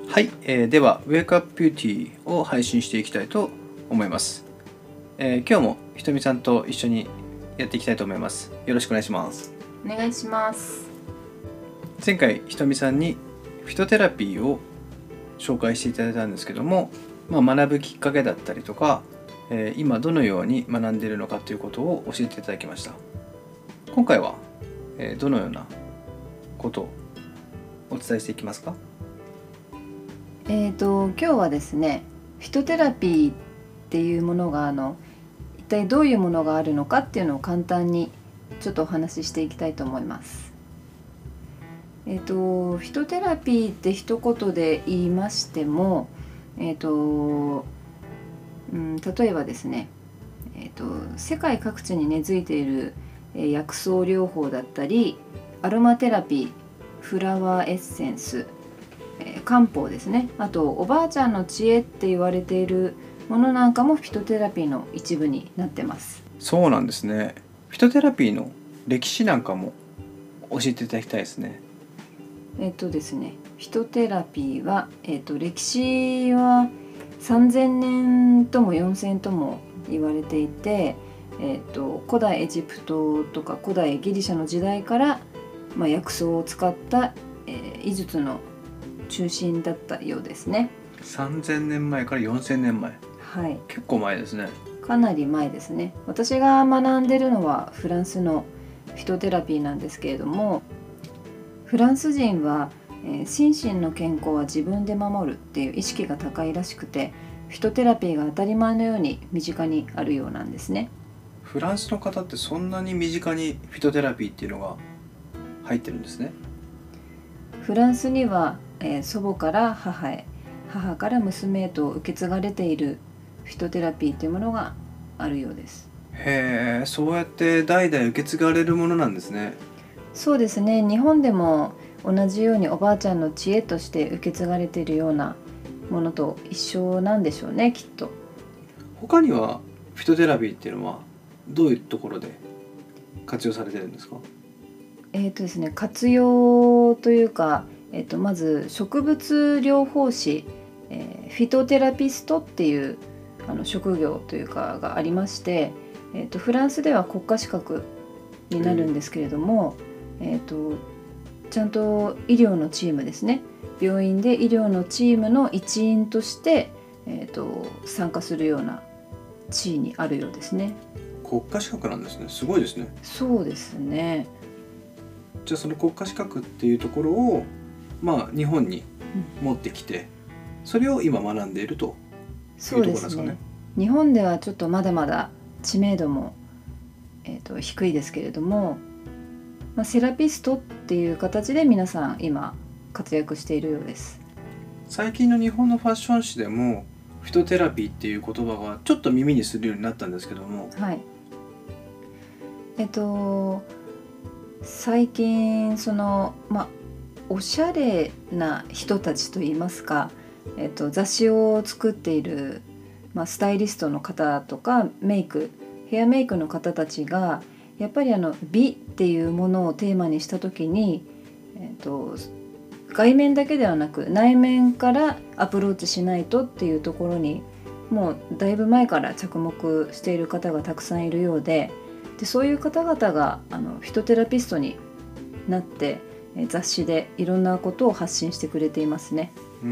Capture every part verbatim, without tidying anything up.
はい、えー、では Wake Up Beauty を配信していきたいと思います、えー、今日もひとみさんと一緒にやっていきたいと思います。よろしくお願いします。 お願いします。 前回ひとみさんにフィトテラピーを紹介していただいたんですけども、まあ、学ぶきっかけだったりとか、えー、今どのように学んでいるのかということを教えていただきました。今回は、えー、どのようなことをお伝えしていきますか？ えーと今日はですね、フィトテラピーっていうものがあの一体どういうものがあるのかっていうのを簡単にちょっとお話ししていきたいと思います。えーとフィトテラピーって一言で言いましても、えーとうん、例えばですね、えーと世界各地に根付いている、えー、薬草療法だったり、アロマテラピー、フラワーエッセンス、漢方ですね、あとおばあちゃんの知恵って言われているものなんかもフィトテラピーの一部になってます。 そうなんですね。フィトテラピーの歴史なんかも教えていただきたいですね。 えっとですね、フィトテラピーは、えっと、歴史はさんぜんねんともよんせんとも言われていて、えっと、古代エジプトとか古代ギリシャの時代から、まあ、薬草を使った、えー、医術の中心だったようですね。 さんぜんねんまえからよんせんねんまえ。 はい。 結構前ですね。 かなり前ですね。私が学んでるのはフランスのフィトテラピーなんですけれども、フランス人は、えー、心身の健康は自分で守るっていう意識が高いらしくて、フィトテラピーが当たり前のように身近にあるようなんですね。 フランスの方ってそんなに身近にフィトテラピーっていうのが入ってるんですね。 フランスには、えー、祖母から母へ、母から娘へと受け継がれているフィトテラピーというものがあるようです。 へえ、そうやって代々受け継がれるものなんですね。 そうですね、日本でも同じようにおばあちゃんの知恵として受け継がれているようなものと一緒なんでしょうね、きっと。 他にはフィトテラピーっていうのはどういうところで活用されてるんですか？ えーとですね、活用というか、えーとまず植物療法士、えーフィトテラピストっていうあの職業というかがありまして、えーとフランスでは国家資格になるんですけれども、えーとちゃんと医療のチームですね、病院で医療のチームの一員として、えーと参加するような地位にあるようですね。 国家資格なんですね。すごいですね。 そうですね。 じゃあその国家資格っていうところをまあ日本に持ってきて、それを今学んでいるというところなんですかね。 日本ではちょっとまだまだ知名度も、えーと低いですけれども、まあ、セラピストっていう形で皆さん今活躍しているようです。 最近の日本のファッション誌でもフィトテラピーっていう言葉がちょっと耳にするようになったんですけども、 はい。えっと最近そのまあおしゃれな人たちといいますか、えっと雑誌を作っている、まあ、スタイリストの方とかメイクヘアメイクの方たちがやっぱりあの美っていうものをテーマにした時に、えっと外面だけではなく内面からアプローチしないとっていうところにもうだいぶ前から着目している方がたくさんいるようで、でそういう方々があのフィトテラピストになって雑誌でいろんなことを発信してくれていますね。 うん、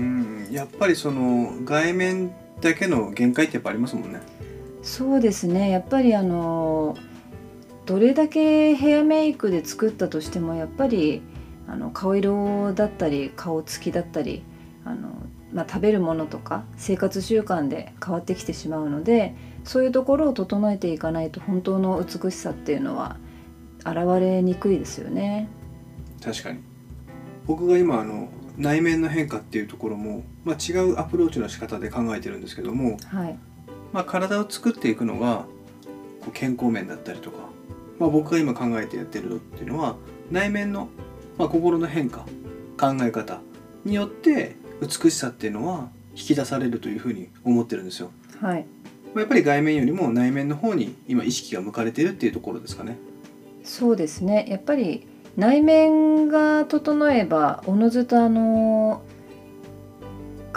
やっぱりその外面だけの限界ってやっぱありますもんね。 そうですね、やっぱりあのどれだけヘアメイクで作ったとしてもやっぱりあの顔色だったり顔つきだったりあの、まあ、食べるものとか生活習慣で変わってきてしまうので、そういうところを整えていかないと本当の美しさっていうのは現れにくいですよね。 確かに僕が今あの内面の変化っていうところも、まあ、違うアプローチの仕方で考えてるんですけども、 はい。 まあ、体を作っていくのがこう健康面だったりとか、まあ、僕が今考えてやってるのっていうのは内面の、まあ、心の変化考え方によって美しさっていうのは引き出されるというふうに思ってるんですよ。 はい。 やっぱり外面よりも内面の方に今意識が向かれているっていうところですかね。 そうですね、やっぱり内面が整えばおのずとあの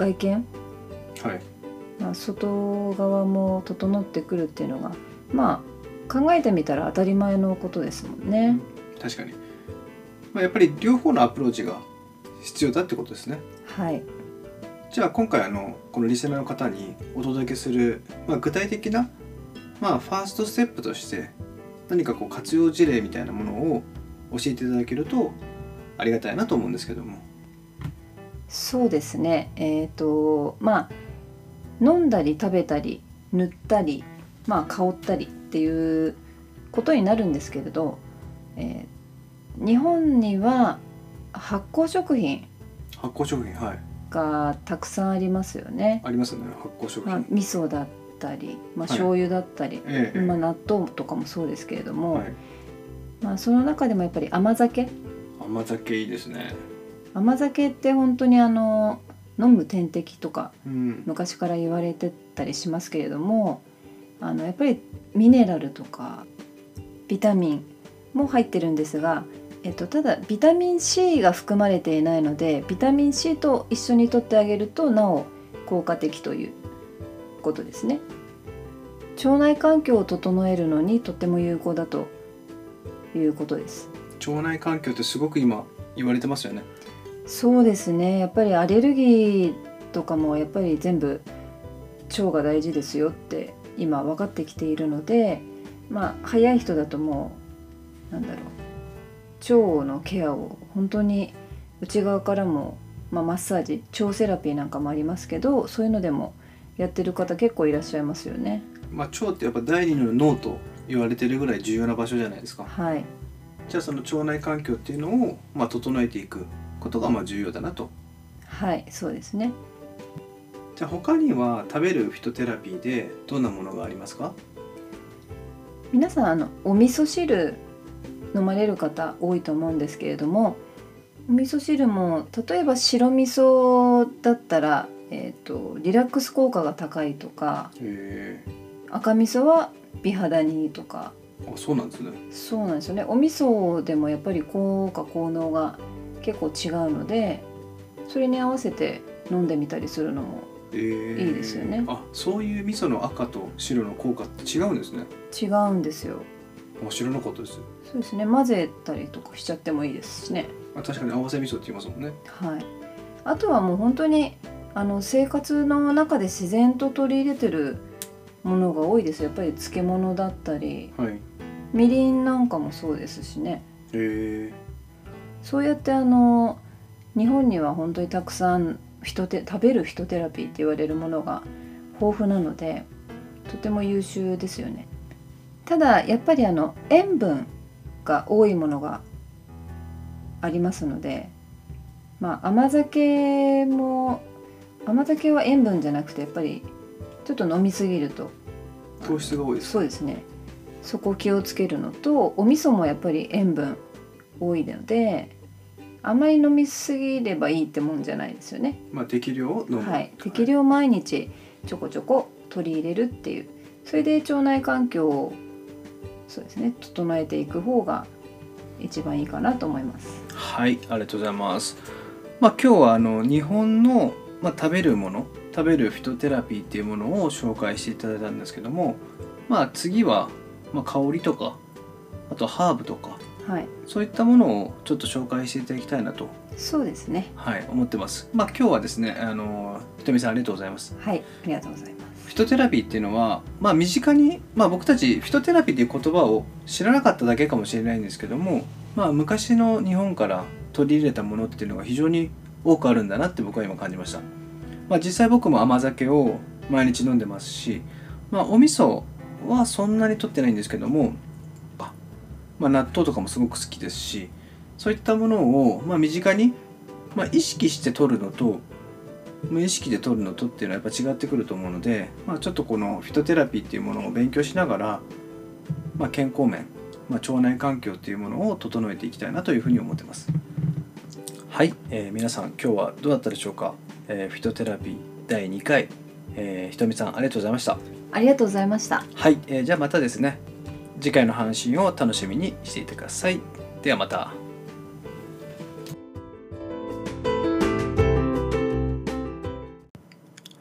外見、 はい、 まあ、外側も整ってくるっていうのがまあ考えてみたら当たり前のことですもんね。 確かに、まあ、やっぱり両方のアプローチが必要だってことですね。 はい。 じゃあ今回あのこのリスナーの方にお届けする、まあ、具体的な、まあ、ファーストステップとして何かこう活用事例みたいなものを教えていただけるとありがたいなと思うんですけども。 そうですね。えっとまあ飲んだり食べたり塗ったり、まあ、香ったりっていうことになるんですけれど、えー、日本には発酵食品発酵食品、はい、 がたくさんありますよね。 ありますね、発酵食品。 まあ、味噌だったり、まあ、醤油だったり、はい、まあ、納豆とかもそうですけれども、はい、まあ、その中でもやっぱり甘酒甘酒いいですね。 甘酒って本当にあの飲む点滴とか昔から言われてたりしますけれども、うん、あのやっぱりミネラルとかビタミンも入ってるんですが、えっと、ただビタミン C が含まれていないのでビタミン C と一緒に摂ってあげるとなお効果的ということですね。腸内環境を整えるのにとても有効だということです。 腸内環境ってすごく今言われてますよね。 そうですね。やっぱりアレルギーとかもやっぱり全部腸が大事ですよって今分かってきているので、まあ早い人だともうなんだろう腸のケアを本当に内側からも、まあ、マッサージ腸セラピーなんかもありますけど、そういうのでもやってる方結構いらっしゃいますよね。 まあ、腸ってやっぱ第二の脳と言われてるぐらい重要な場所じゃないですか。 はい。 じゃあその腸内環境っていうのを、まあ、整えていくことがまあ重要だなと。 はい、そうですね。 じゃあ他には食べるフィトテラピーでどんなものがありますか？ 皆さんあのお味噌汁飲まれる方多いと思うんですけれども、お味噌汁も例えば白味噌だったら、えーと、リラックス効果が高いとか、 へー、 赤味噌は美肌にいいとか。 あ、そうなんですね。 そうなんですよね。お味噌でもやっぱり効果効能が結構違うので、それに合わせて飲んでみたりするのもいいですよね。えー、 あ、そういう味噌の赤と白の効果って違うんですね。 違うんですよ。 知らなかったです。 そうですね。混ぜたりとかしちゃってもいいですしね。 あ、確かに合わせ味噌って言いますもんね。 はい。あとはもう本当にあの生活の中で自然と取り入れてるものが多いですよ。やっぱり漬物だったり、 はい、 みりんなんかもそうですしね。 へー。 そうやってあの日本には本当にたくさんフィトテ食べるフィトテラピーって言われるものが豊富なのでとても優秀ですよね。ただやっぱりあの塩分が多いものがありますので、まあ甘酒も甘酒は塩分じゃなくてやっぱりちょっと飲みすぎると糖質が多いです。 そうですね。そこを気をつけるのと、お味噌もやっぱり塩分多いのであまり飲みすぎればいいってもんじゃないですよね。 まあ適量を飲む。 はい、適量毎日ちょこちょこ取り入れるっていう、それで腸内環境をそうですね整えていく方が一番いいかなと思います。 はい、ありがとうございます。まあ今日はあの日本の、まあ、食べるもの食べるフィトテラピーっていうものを紹介していただいたんですけども、まあ次は、まあ、香りとかあとハーブとか、はい、そういったものをちょっと紹介していただきたいなと。 そうですね。 はい、思ってます。まあ今日はですね、あのひとみさんありがとうございます。 はい、ありがとうございます。 フィトテラピーっていうのは、まあ身近に、まあ僕たちフィトテラピーっていう言葉を知らなかっただけかもしれないんですけども、まあ昔の日本から取り入れたものっていうのが非常に多くあるんだなって僕は今感じました。まあ実際僕も甘酒を毎日飲んでますし、まあお味噌はそんなに取ってないんですけども、まあ、納豆とかもすごく好きですし、そういったものを、まあ、身近に、まあ、意識して取るのと無意識で取るのとっていうのはやっぱ違ってくると思うので、まあ、ちょっとこのフィトテラピーっていうものを勉強しながら、まあ、健康面、まあ、腸内環境っていうものを整えていきたいなというふうに思ってます。はい、えー、皆さん今日はどうだったでしょうか。えー、フィトテラピーだいにかい、えー、ひとみさんありがとうございました。 ありがとうございました。 はい、えー、じゃあまたですね次回の配信を楽しみにしていてください。ではまた。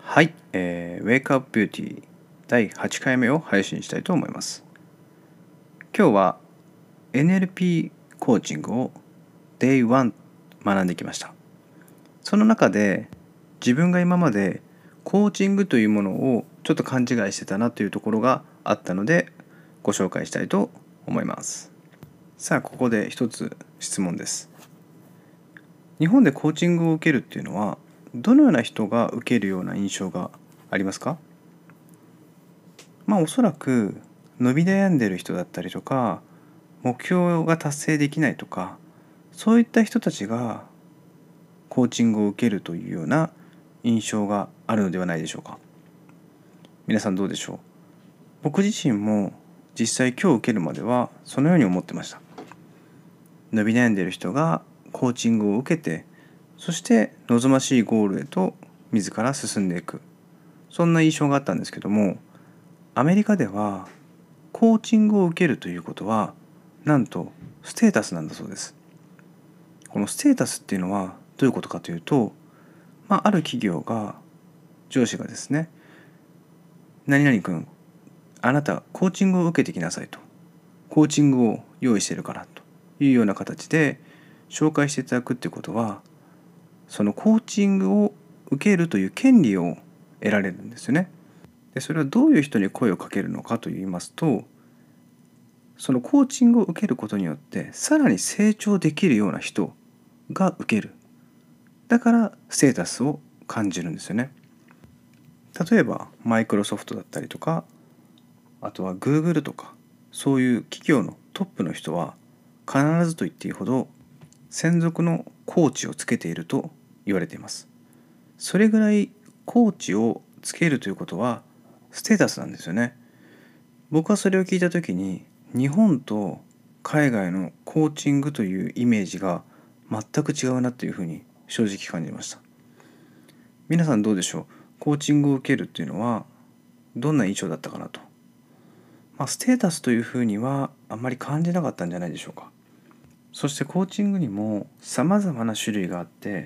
はい、えー、Wake Up Beauty だいはちかいめを配信したいと思います。今日は エヌエルピー コーチングを デイワン 学んできました。その中で自分が今までコーチングというものをちょっと勘違いしてたなというところがあったのでご紹介したいと思います。さあここで一つ質問です。日本でコーチングを受けるっていうのはどのような人が受けるような印象がありますか？まあおそらく伸び悩んでる人だったりとか目標が達成できないとかそういった人たちがコーチングを受けるというような印象があるのではないでしょうか。皆さんどうでしょう？僕自身も実際今日受けるまではそのように思ってました。伸び悩んでいる人がコーチングを受けてそして望ましいゴールへと自ら進んでいく、そんな印象があったんですけども、アメリカではコーチングを受けるということはなんとステータスなんだそうです。このステータスっていうのはどういうことかというと、まあ、ある企業が上司がですね、何々君あなたコーチングを受けてきなさいと、コーチングを用意してるからというような形で紹介していただくっていうことは、そのコーチングを受けるという権利を得られるんですよね。でそれはどういう人に声をかけるのかといいますと、そのコーチングを受けることによってさらに成長できるような人が受ける。だからステータスを感じるんですよね。例えばマイクロソフトだったりとか、あとは Google とか、そういう企業のトップの人は必ずと言っていいほど専属のコーチをつけていると言われています。それぐらいコーチをつけるということはステータスなんですよね。僕はそれを聞いた時に、日本と海外のコーチングというイメージが全く違うなというふうに正直感じました。皆さんどうでしょう？コーチングを受けるっていうのはどんな印象だったかなと。まあ、ステータスというふうにはあんまり感じなかったんじゃないでしょうか。そしてコーチングにも様々な種類があって、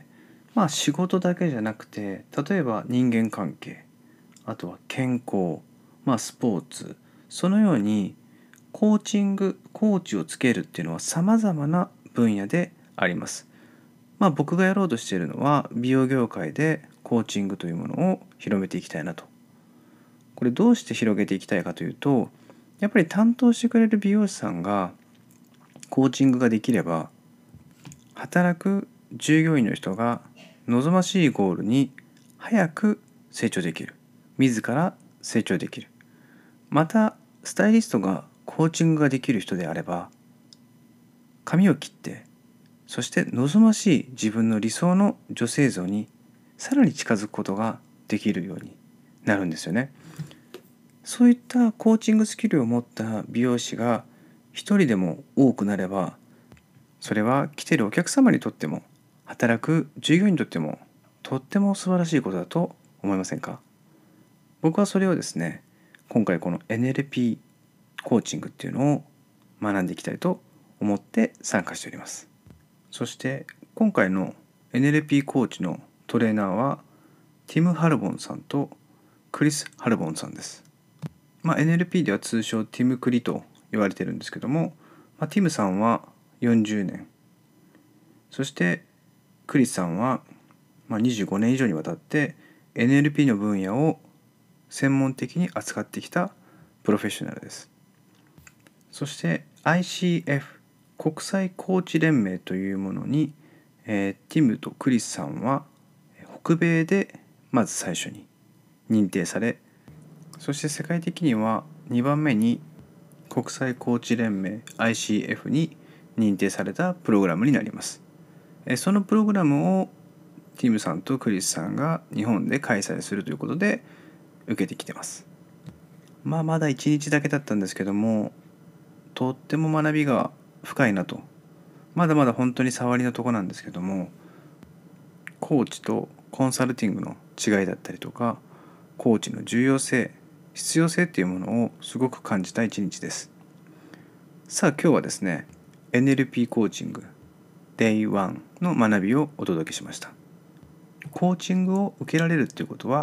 まあ仕事だけじゃなくて、例えば人間関係、あとは健康、まあスポーツ、そのようにコーチング、コーチをつけるっていうのは様々な分野であります。まあ僕がやろうとしているのは美容業界でコーチングというものを広めていきたいなと。これどうして広げていきたいかというと、やっぱり担当してくれる美容師さんがコーチングができれば、働く従業員の人が望ましいゴールに早く成長できる。自ら成長できる。またスタイリストがコーチングができる人であれば、髪を切ってそして望ましい自分の理想の女性像にさらに近づくことができるようになるんですよね。そういったコーチングスキルを持った美容師が一人でも多くなれば、それは来ているお客様にとっても働く従業員にとってもとっても素晴らしいことだと思いませんか？僕はそれをですね、今回この エヌエルピー コーチングっていうのを学んでいきたいと思って参加しております。そして今回の エヌエルピー コーチのトレーナーはティム・ハルボンさんとクリス・ハルボンさんです。まあ、エヌエルピー では通称ティム・クリと言われてるんですけども、まあ、ティムさんはよんじゅうねん、そしてクリスさんはまあにじゅうごねん以上にわたって エヌエルピー の分野を専門的に扱ってきたプロフェッショナルです。そして アイシーエフ 国際コーチ連盟というものに、えー、ティムとクリスさんは北米でまず最初に認定され、そして世界的にはにばんめに国際コーチ連盟 アイシーエフ に認定されたプログラムになります。そのプログラムをティムさんとクリスさんが日本で開催するということで受けてきてます。まあまだいちにちだけだったんですけども、とっても学びが深いなと。まだまだ本当に触りのとこなんですけども、コーチとコンサルティングの違いだったりとか、コーチの重要性、必要性っていうものをすごく感じた一日です。さあ今日はですね、エヌエルピー コーチング デイワン の学びをお届けしました。コーチングを受けられるっていうことは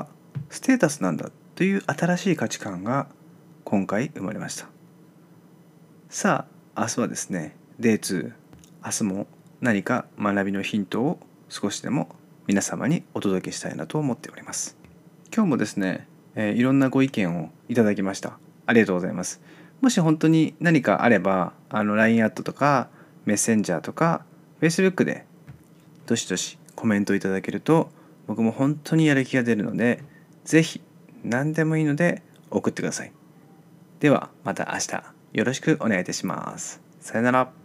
ステータスなんだという新しい価値観が今回生まれました。さあ明日はですね デイツー、 明日も何か学びのヒントを少しでも皆様にお届けしたいなと思っております。今日もですね、えーいろんなご意見をいただきました。ありがとうございます。もし本当に何かあればあの ライン アットとかメッセンジャーとか Facebook でどしどしコメントいただけると僕も本当にやる気が出るので、ぜひ何でもいいので送ってください。ではまた明日よろしくお願いいたします。さよなら。